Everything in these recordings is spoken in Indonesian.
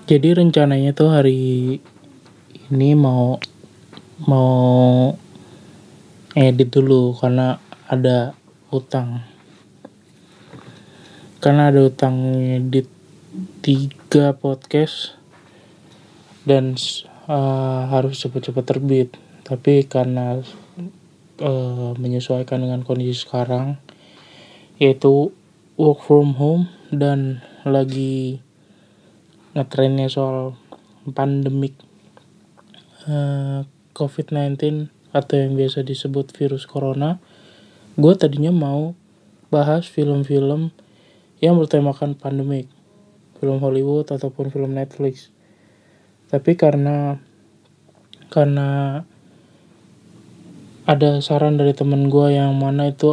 Jadi rencananya tuh hari ini mau mau edit dulu ada utang. Karena ada utang edit 3 podcast dan harus cepat-cepat terbit. Tapi karena menyesuaikan dengan kondisi sekarang, yaitu work from home dan lagi ngetrennya soal pandemik COVID-19 atau yang biasa disebut virus corona. Gue tadinya mau bahas film-film yang bertemakan pandemik, film Hollywood ataupun film Netflix. Tapi karena ada saran dari temen gue yang mana itu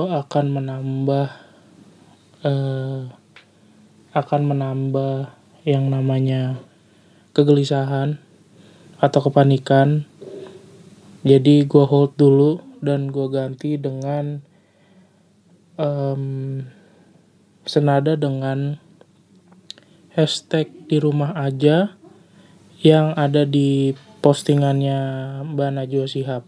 akan menambah yang namanya kegelisahan atau kepanikan. Jadi gue hold dulu dan gue ganti dengan senada dengan hashtag di rumah aja yang ada di postingannya Mbak Najwa Shihab.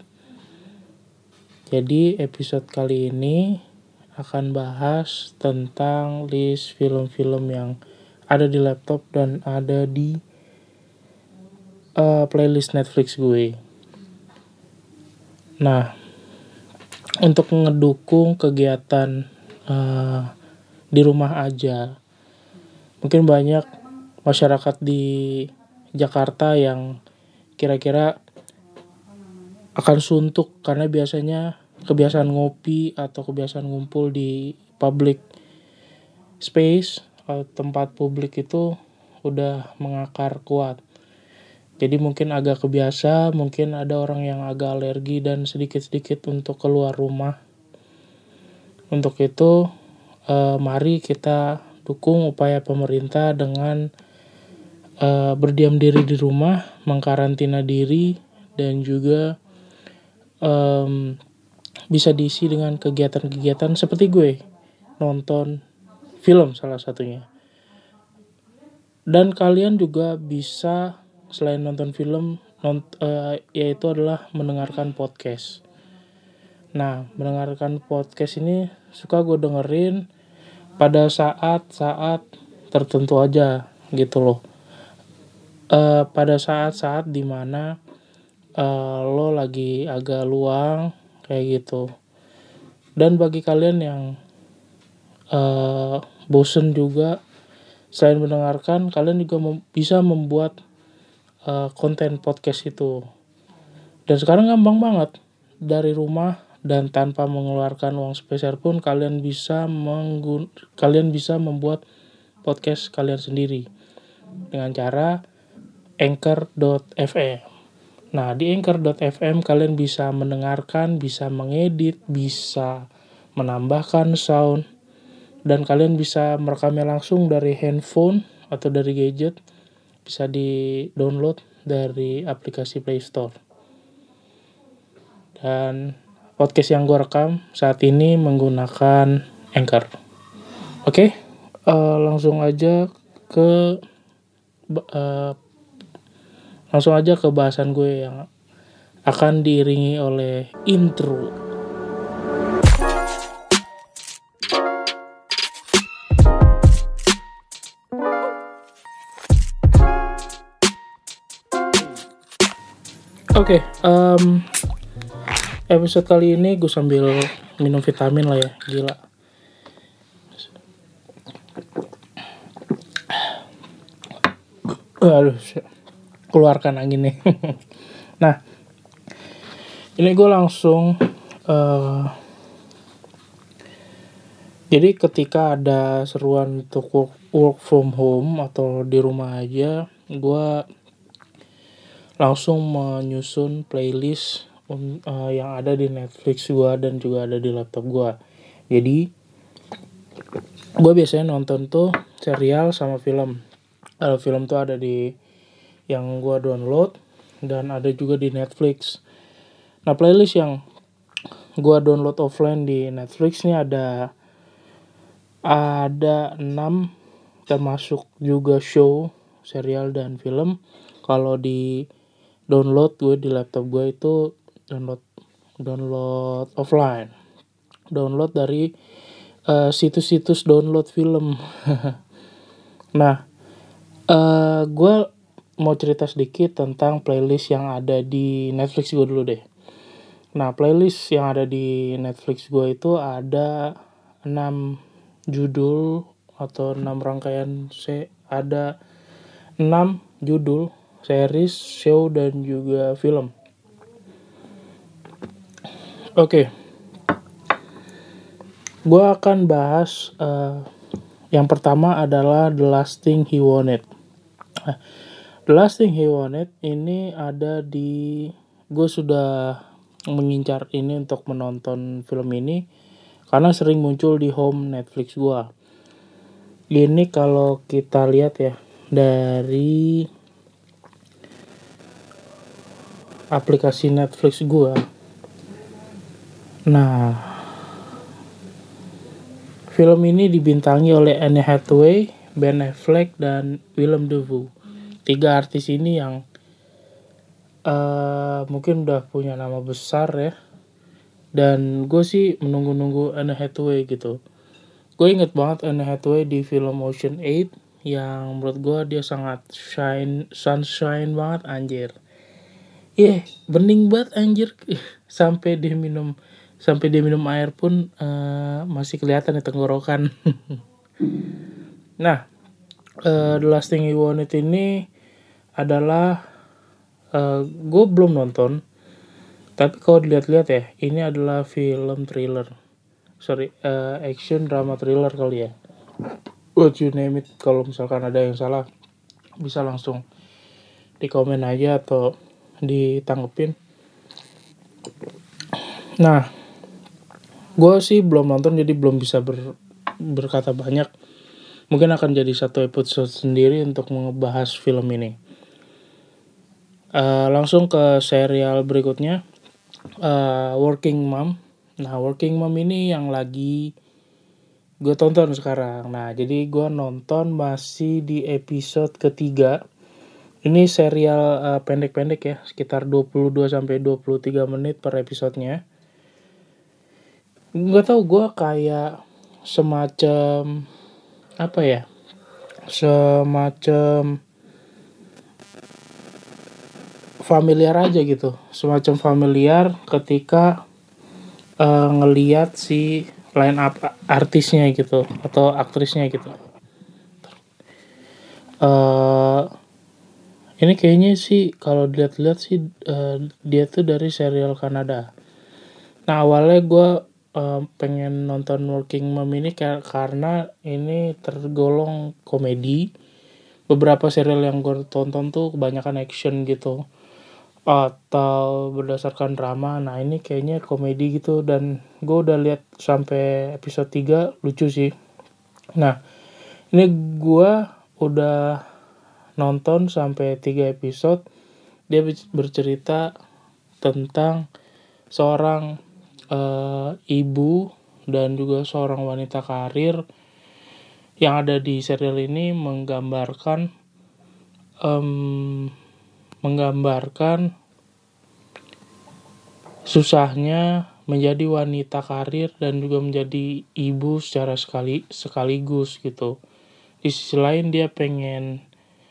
Jadi episode kali ini akan bahas tentang list film-film yang ada di laptop dan ada di playlist Netflix gue. Nah, untuk ngedukung kegiatan di rumah aja, mungkin banyak masyarakat di Jakarta yang kira-kira akan suntuk karena biasanya kebiasaan ngopi atau kebiasaan ngumpul di public space atau tempat publik itu udah mengakar kuat. Jadi mungkin agak kebiasa, mungkin ada orang yang agak alergi dan sedikit-sedikit untuk keluar rumah. Untuk itu, mari kita dukung upaya pemerintah dengan berdiam diri di rumah, mengkarantina diri, dan juga bisa diisi dengan kegiatan-kegiatan seperti gue, nonton film salah satunya. Dan kalian juga bisa selain nonton film, yaitu adalah mendengarkan podcast. Nah, mendengarkan podcast ini suka gue dengerin pada saat-saat tertentu aja gitu loh. Pada saat-saat dimana lo lagi agak luang kayak gitu. Dan bagi kalian yang bosen juga, selain mendengarkan, kalian juga bisa membuat konten podcast itu. Dan sekarang gampang banget, dari rumah dan tanpa mengeluarkan uang sepeser pun kalian bisa membuat podcast kalian sendiri dengan cara Anchor.fm. Nah, di Anchor.fm kalian bisa mendengarkan, bisa mengedit, bisa menambahkan sound, dan kalian bisa merekamnya langsung dari handphone atau dari gadget. Bisa di-download dari aplikasi Play Store. Dan podcast yang gue rekam saat ini menggunakan Anchor. Oke, langsung aja ke bahasan gue yang akan diiringi oleh intro. Oke, episode kali ini gue sambil minum vitamin lah ya, gila. Aduh, keluarkan angin nih. Nah, ini gue langsung jadi ketika ada seruan untuk work from home atau di rumah aja, gue langsung menyusun playlist yang ada di Netflix gue dan juga ada di laptop gue. Jadi gue biasanya nonton tuh serial sama film. Film tuh ada di yang gue download dan ada juga di Netflix. Nah, playlist yang gue download offline di Netflix nih ada 6, termasuk juga show serial dan film. Kalau di download gue di laptop gue itu download offline. Download dari situs-situs download film. Nah, gue mau cerita sedikit tentang playlist yang ada di Netflix gue dulu deh. Nah, playlist yang ada di Netflix gue itu ada 6 judul atau 6 rangkaian, ada 6 judul series, show, dan juga film. Oke. Gue akan bahas yang pertama adalah The Last Thing He Wanted. The Last Thing He Wanted ini ada di... Gue sudah mengincar ini untuk menonton film ini karena sering muncul di home Netflix gue. Ini kalau kita lihat ya dari aplikasi Netflix gue. Nah, film ini dibintangi oleh Anne Hathaway, Ben Affleck, dan Willem Dafoe. 3 artis ini yang mungkin udah punya nama besar ya. Dan gue sih menunggu-nunggu Anne Hathaway gitu. Gue inget banget Anne Hathaway di film Ocean 8 yang menurut gue dia sangat sunshine banget anjir. Bening banget anjir. sampai dia minum air pun masih kelihatan di tenggorokan. Nah, The Last Thing He Wanted ini adalah gue belum nonton, tapi kalau dilihat-lihat ya, ini adalah film thriller. Action drama thriller kali ya. What you name it. Kalau misalkan ada yang salah, bisa langsung di komen aja atau ditanggepin. Nah, gue sih belum nonton jadi belum bisa berkata banyak. Mungkin akan jadi satu episode sendiri untuk membahas film ini. Langsung ke serial berikutnya, Working Mom. Nah, Working Mom ini yang lagi gue tonton sekarang. Nah, jadi gue nonton masih di episode ketiga. Ini serial pendek-pendek ya, sekitar 22-23 menit per episodenya. Gak tau, gue kayak semacam familiar aja gitu. Semacam familiar ketika ngeliat si line up artisnya gitu atau aktrisnya gitu. Ini kayaknya sih kalau dilihat-lihat sih dia tuh dari serial Kanada. Nah, awalnya gue pengen nonton Working Mom ini karena ini tergolong komedi. Beberapa serial yang gue tonton tuh kebanyakan action gitu atau berdasarkan drama. Nah, ini kayaknya komedi gitu, dan gue udah lihat sampai episode 3, lucu sih. Nah, ini gue udah nonton sampai 3 episode. Dia bercerita tentang seorang ibu dan juga seorang wanita karir yang ada di serial ini, menggambarkan susahnya menjadi wanita karir dan juga menjadi ibu secara sekaligus gitu. Di sisi lain dia pengen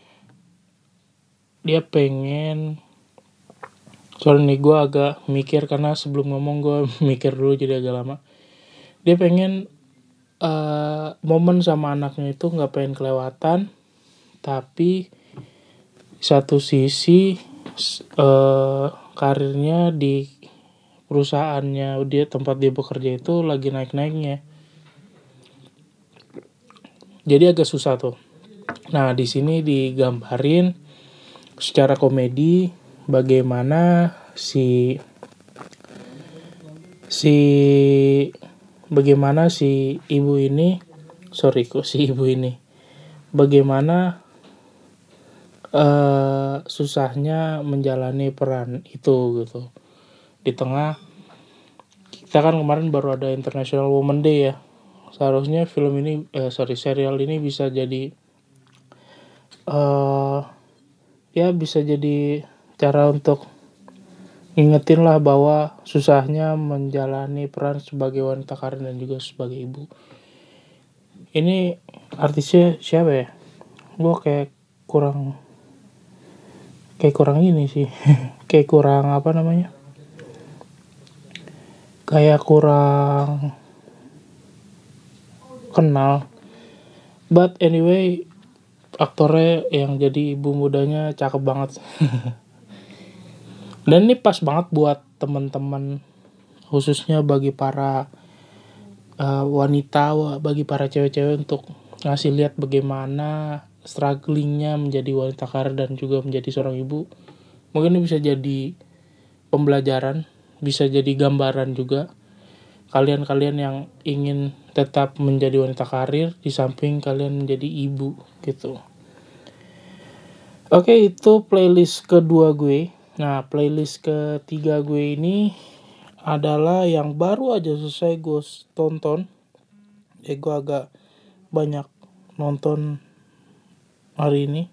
sorry nih, gue agak mikir karena sebelum ngomong gue mikir dulu jadi agak lama. Dia pengen momen sama anaknya itu gak pengen kelewatan, tapi satu sisi karirnya di perusahaannya tempat dia bekerja itu lagi naik-naiknya. Jadi agak susah tuh. Nah, di sini digambarin secara komedi bagaimana si ibu ini, bagaimana susahnya menjalani peran itu gitu. Di tengah kita kan kemarin baru ada International Women's Day ya. Seharusnya serial ini bisa jadi ya bisa jadi cara untuk ingetin lah bahwa susahnya menjalani peran sebagai wanita karir dan juga sebagai ibu. Ini artisnya siapa ya? Gue kayak kurang ini sih. Kayak kurang apa namanya? Kayak kurang kenal. But anyway, aktornya yang jadi ibu mudanya cakep banget. Dan ini pas banget buat teman-teman, khususnya bagi para wanita, bagi para cewek-cewek untuk ngasih lihat bagaimana strugglingnya menjadi wanita karir dan juga menjadi seorang ibu. Mungkin ini bisa jadi pembelajaran, bisa jadi gambaran juga. Kalian-kalian yang ingin tetap menjadi wanita karir di samping kalian menjadi ibu gitu. Oke, itu playlist kedua gue. Nah, playlist ketiga gue ini adalah yang baru aja selesai gue tonton. Gue agak banyak nonton hari ini.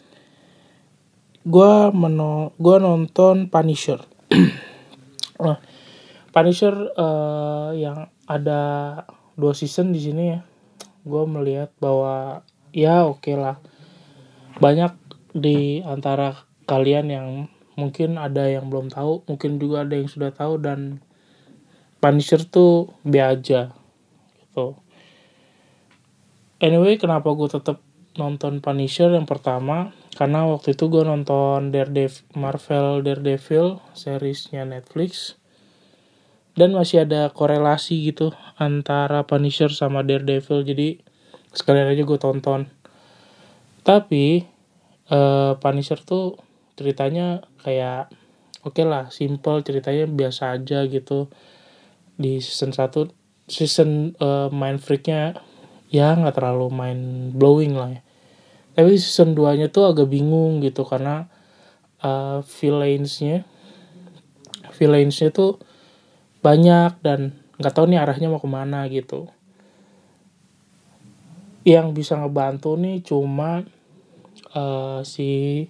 Gue nonton Punisher. Nah, Punisher yang ada 2 season di sini ya. Gue melihat bahwa ya oke lah. Banyak di antara kalian yang mungkin ada yang belum tahu, mungkin juga ada yang sudah tahu, dan Punisher tuh be aja gitu. Anyway, kenapa gue tetap nonton Punisher? Yang pertama, karena waktu itu gue nonton Marvel Daredevil seriesnya Netflix, dan masih ada korelasi gitu antara Punisher sama Daredevil, jadi sekalian aja gue tonton. Tapi Punisher tuh ceritanya kayak oke lah, simple, ceritanya biasa aja gitu. Di season 1, mind freaknya ya gak terlalu mind blowing lah ya. Tapi season 2 nya tuh agak bingung gitu, karena villainsnya tuh banyak dan gak tahu nih arahnya mau kemana gitu. Yang bisa ngebantu nih cuma si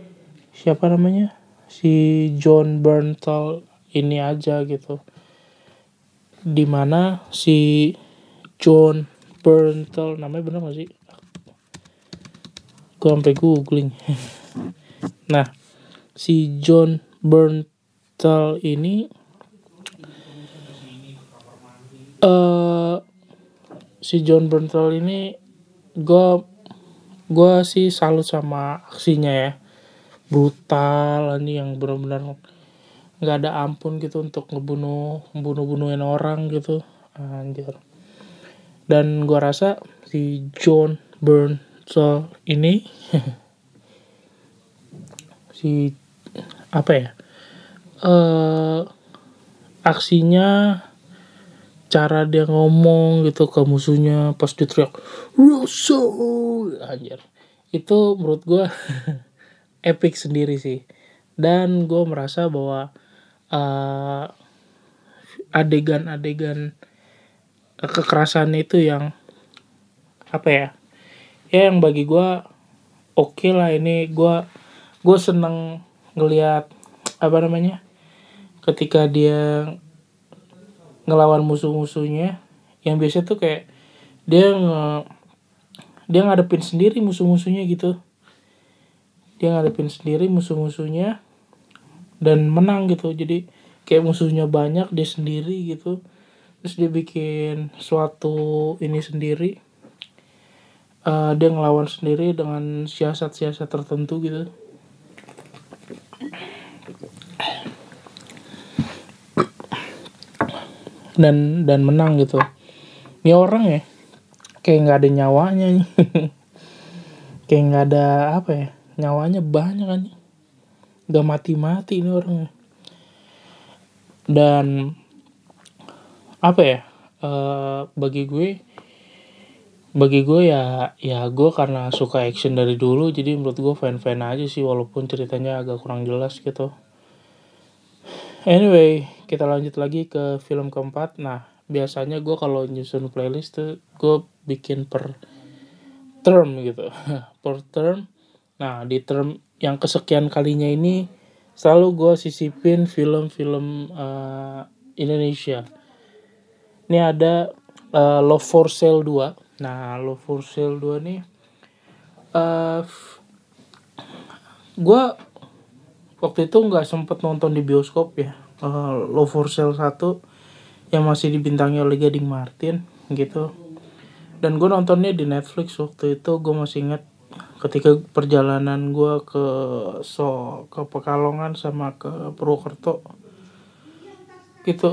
Jon Bernthal ini aja gitu. Dimana si Jon Bernthal, namanya bener gak sih? Gue sampai googling. Nah, si Jon Bernthal ini gue sih salut sama aksinya ya. Brutal ini, yang benar-benar nggak ada ampun gitu untuk ngebunuhin orang gitu, anjir. Dan gue rasa si Jon Bernthal ini si apa ya, aksinya, cara dia ngomong gitu ke musuhnya pas dia teriak Russo, anjir, itu menurut gue epic sendiri sih. Dan gue merasa bahwa adegan-adegan kekerasan itu yang apa ya, yang bagi gue oke lah. Ini gue seneng ngelihat ketika dia ngelawan musuh-musuhnya, yang biasa tuh kayak dia ngadepin sendiri musuh-musuhnya gitu. Dia ngadepin sendiri musuh-musuhnya dan menang gitu. Jadi kayak musuhnya banyak, dia sendiri gitu. Terus dia bikin suatu ini sendiri. Dia ngelawan sendiri dengan siasat-siasat tertentu gitu. Dan menang gitu. Ini orang ya kayak nggak ada nyawanya nih. Kayak nggak ada nyawanya banyak kan, nggak mati-mati ini orangnya. Dan bagi gue ya gue karena suka action dari dulu, jadi menurut gue fan aja sih, walaupun ceritanya agak kurang jelas gitu. Anyway, kita lanjut lagi ke film keempat. Nah, biasanya gue kalau nyusun playlist tuh gue bikin per term gitu. Per term, Nah, di term yang kesekian kalinya ini selalu gue sisipin film-film Indonesia. Ini ada Love for Sale 2. Nah, Love for Sale 2 nih gue waktu itu nggak sempet nonton di bioskop ya. Love for Sale 1 yang masih dibintangi oleh Gading Martin gitu. Dan gue nontonnya di Netflix waktu itu. Gue masih ingat ketika perjalanan gue ke Pekalongan sama ke Purwokerto gitu,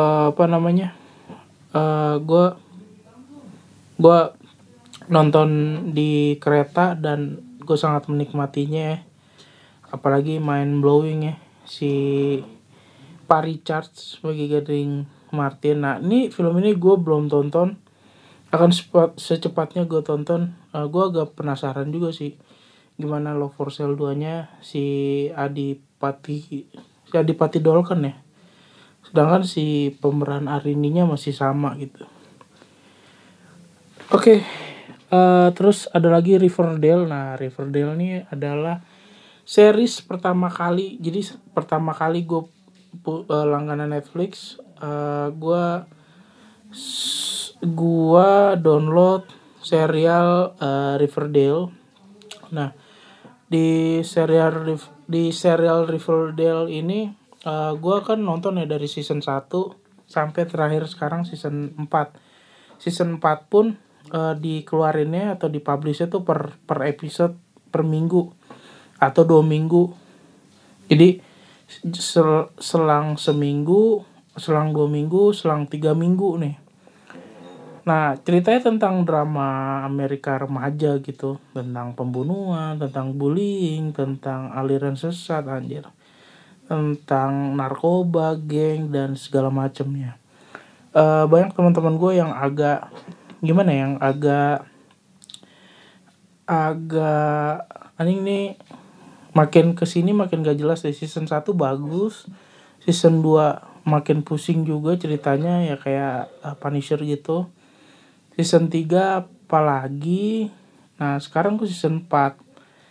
gue nonton di kereta dan gue sangat menikmatinya ya. Apalagi mind blowing ya si Pak Richard sebagai Gading Martin. Nah, ini film ini gue belum tonton, akan secepatnya gue tonton. Gue agak penasaran juga sih gimana Love for Sale 2 nya si Adipati Dolken ya, sedangkan si pemeran Arininya masih sama gitu. Oke. Terus ada lagi Riverdale. Nah, Riverdale ini adalah series pertama kali. Jadi pertama kali gue langganan Netflix. Gue download serial Riverdale. Nah, di serial Riverdale ini gue kan nonton ya dari season 1 sampai terakhir sekarang season 4. Season 4 pun dikeluarinnya atau dipublishnya tuh per episode per minggu atau 2 minggu. Jadi selang seminggu, selang 2 minggu, selang 3 minggu nih. Nah, ceritanya tentang drama Amerika remaja gitu, tentang pembunuhan, tentang bullying, tentang aliran sesat anjir, tentang narkoba, geng, dan segala macamnya. Banyak teman-teman gue yang agak anjing nih, makin kesini makin gak jelas deh. Season 1 bagus, season 2 makin pusing juga ceritanya ya, kayak Punisher gitu. Season 3 apalagi. Nah, sekarang tuh season 4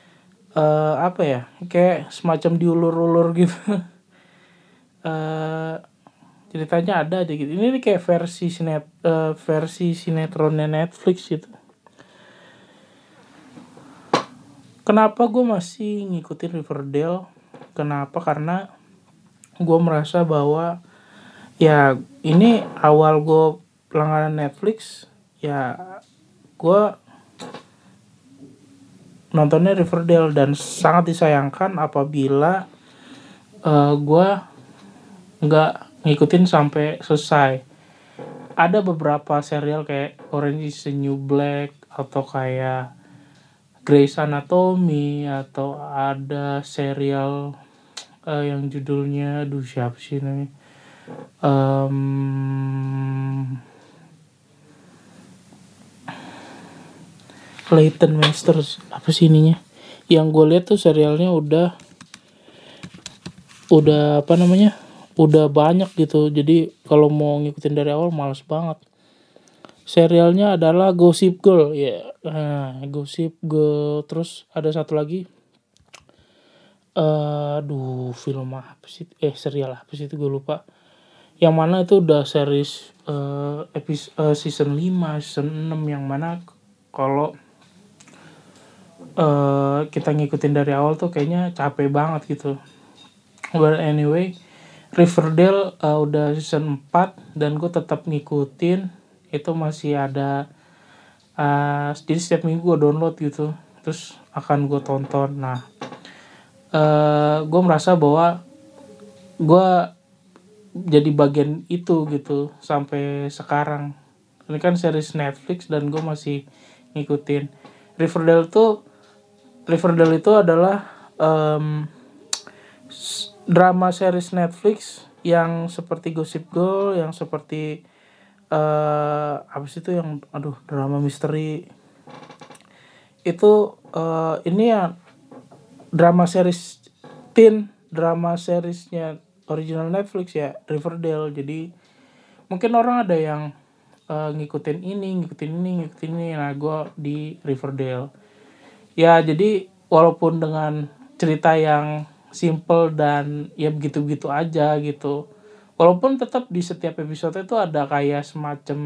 kayak semacam diulur-ulur gitu. Ceritanya ada aja gitu. Ini kayak versi sinetronnya Netflix gitu. Kenapa gue masih ngikutin Riverdale? Kenapa? Karena gue merasa bahwa ya ini awal gue langganan Netflix, ya gue nontonnya Riverdale, dan sangat disayangkan apabila gue nggak ngikutin sampai selesai. Ada beberapa serial kayak Orange is the New Black atau kayak Grey's Anatomy, atau ada serial yang judulnya siapa sih namanya, Clayton Masters apa sih ininya, yang gue lihat tuh serialnya udah udah banyak gitu. Jadi kalau mau ngikutin dari awal males banget. Serialnya adalah Gossip Girl ya. Gossip Girl. Terus ada satu lagi, film apa sih, serial apa sih itu gue lupa. Yang mana itu udah series season 5, season 6, yang mana kalau kita ngikutin dari awal tuh kayaknya capek banget gitu. Well anyway, Riverdale udah season 4 dan gue tetap ngikutin. Itu masih ada, jadi setiap minggu gue download gitu, terus akan gue tonton. Nah, gue merasa bahwa gue jadi bagian itu gitu sampai sekarang. Ini kan series Netflix dan gue masih ngikutin. Riverdale itu adalah drama series Netflix yang seperti Gossip Girl, yang seperti apa sih itu yang drama misteri itu. Ini ya drama seriesnya original Netflix ya, Riverdale. Jadi mungkin orang ada yang ngikutin ini. Nah, gue di Riverdale ya. Jadi walaupun dengan cerita yang simple dan ya begitu-begitu aja gitu. Walaupun tetap di setiap episode itu ada kayak semacam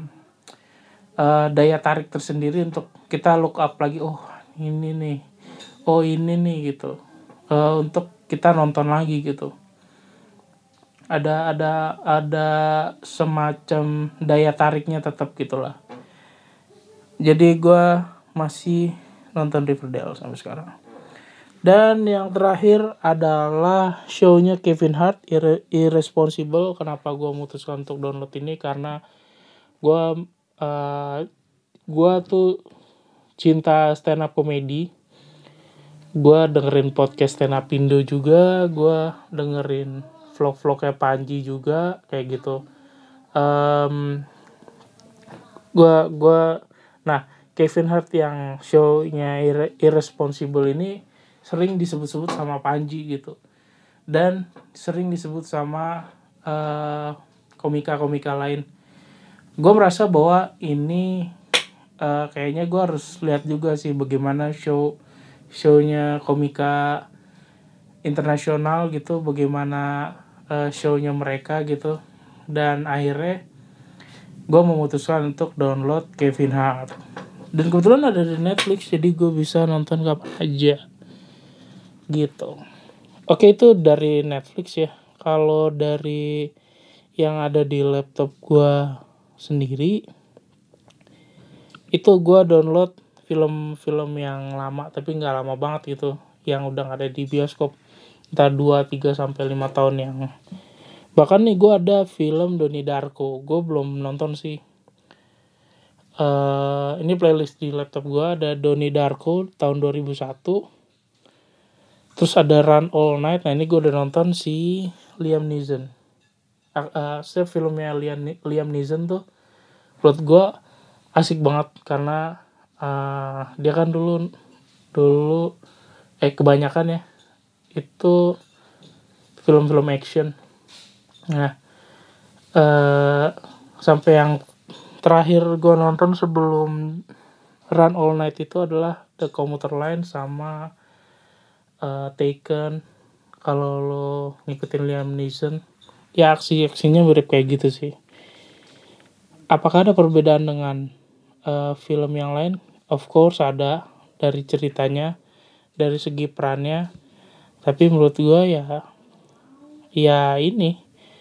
daya tarik tersendiri untuk kita look up lagi, oh ini nih, oh ini nih gitu. Untuk kita nonton lagi gitu. Ada semacam daya tariknya tetap gitulah. Jadi gue masih nonton Riverdale sampai sekarang. Dan yang terakhir adalah show-nya Kevin Hart, Irresponsible. Kenapa gue memutuskan untuk download ini? Karena gue tuh cinta stand up comedy. Gue dengerin podcast stand up Indo juga. Gue dengerin vlog-vlognya Panji juga kayak gitu. Nah, Kevin Hart yang show-nya Irresponsible ini sering disebut-sebut sama Panji gitu. Dan sering disebut sama komika-komika lain. Gue merasa bahwa ini kayaknya gue harus lihat juga sih bagaimana show-nya komika internasional gitu, bagaimana show-nya mereka gitu. Dan akhirnya gue memutuskan untuk download Kevin Hart. Dan kebetulan ada di Netflix, jadi gue bisa nonton kapan aja gitu. Oke, itu dari Netflix ya. Kalau dari yang ada di laptop gue sendiri, itu gue download film-film yang lama, tapi gak lama banget gitu, yang udah gak ada di bioskop, entah 2, 3, sampai 5 tahun yang. Bahkan nih gue ada film Donnie Darko, gue belum nonton sih. Ini playlist di laptop gue ada Donnie Darko tahun 2001. Terus ada Run All Night. Nah ini gue udah nonton si Liam Neeson. Filmnya Liam Neeson tuh menurut gue asik banget karena dia kan dulu kebanyakan ya itu film-film action. Nah sampai yang terakhir gue nonton sebelum Run All Night itu adalah The Commuter Line sama Taken. Kalau lo ngikutin Liam Neeson, ya aksinya mirip kayak gitu sih. Apakah ada perbedaan dengan film yang lain? Of course ada, dari ceritanya, dari segi perannya. Tapi menurut gue ya ini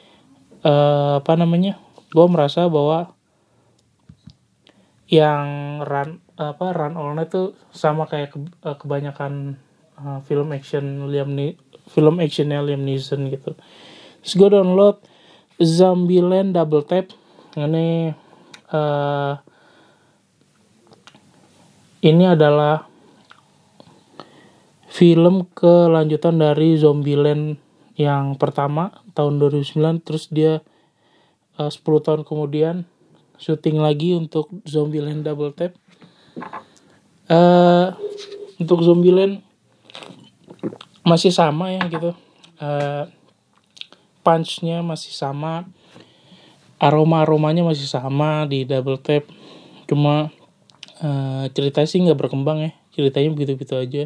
gue merasa bahwa yang Run All Night tuh sama kayak kebanyakan film actionnya Liam Neeson gitu. Terus gue download Zombieland Double Tap. Ini adalah film kelanjutan dari Zombieland yang pertama tahun 2009. Terus dia 10 tahun kemudian syuting lagi untuk Zombieland Double Tap. Untuk Zombieland masih sama ya gitu. Punch-nya masih sama, aromanya masih sama di Double Tap. Cuma ceritanya sih nggak berkembang ya, ceritanya begitu-begitu aja.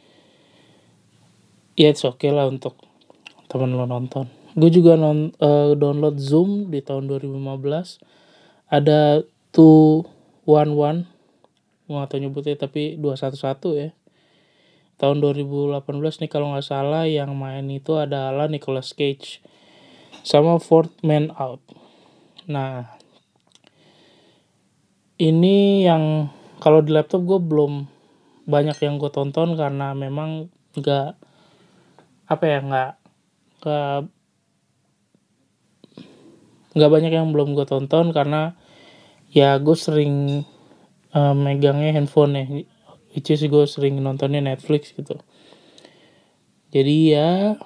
Ya it's okay lah untuk teman lo nonton. Gue juga download Zoom di tahun 2015. Ada 211, gue gak tau nyebutnya, tapi 211 ya. Tahun 2018 nih kalau gak salah, yang main itu adalah Nicolas Cage sama Fourth Man Out. Nah, ini yang kalau di laptop gue belum banyak yang gue tonton karena memang nggak banyak yang belum gue tonton karena ya gue sering megangnya handphone ya, which is gue sering nontonnya Netflix gitu. Jadi ya,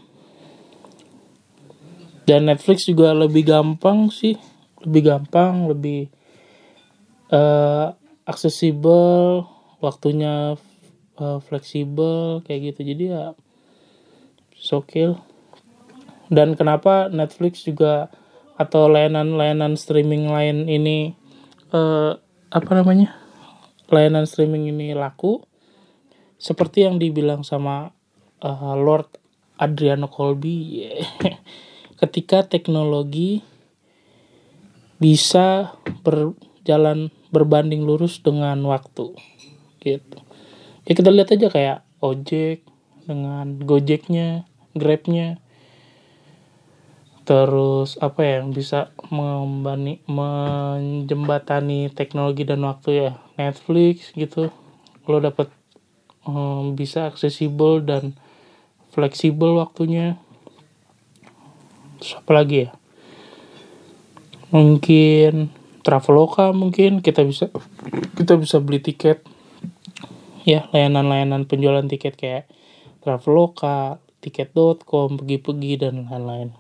dan Netflix juga lebih gampang, lebih aksesibel, waktunya fleksibel kayak gitu. Jadi ya sokil. Dan kenapa Netflix juga atau layanan streaming lain ini layanan streaming ini laku? seperti yang dibilang sama Lord Adriano Colby, ketika teknologi bisa berjalan berbanding lurus dengan waktu, gitu. Ya kita lihat aja kayak ojek dengan Gojeknya, Grabnya, terus apa ya yang bisa menjembatani teknologi dan waktu ya, Netflix gitu. Lo dapat bisa aksesibel dan fleksibel waktunya. Terus apa lagi ya? Mungkin Traveloka, mungkin kita bisa beli tiket ya, layanan-layanan penjualan tiket kayak Traveloka, tiket.com, pergi-pergi dan lain-lain.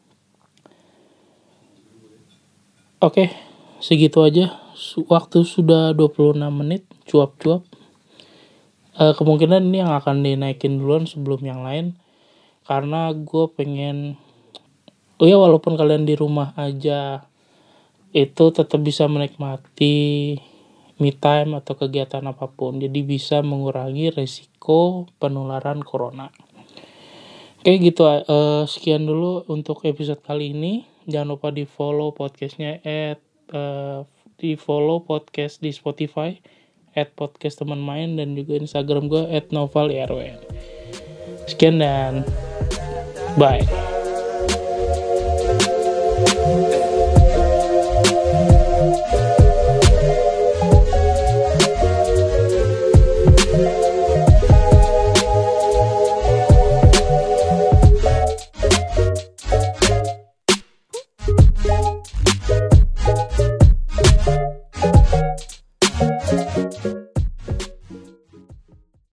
Oke, segitu aja. Waktu sudah 26 menit, cuap-cuap. Kemungkinan ini yang akan dinaikin duluan sebelum yang lain, karena gue pengen walaupun kalian di rumah aja itu tetap bisa menikmati me time atau kegiatan apapun, jadi bisa mengurangi resiko penularan corona. Oke gitu, sekian dulu untuk episode kali ini. Jangan lupa di follow podcastnya di follow podcast di Spotify @podcast teman main, dan juga Instagram gue @novalirwn. Sekian dan bye.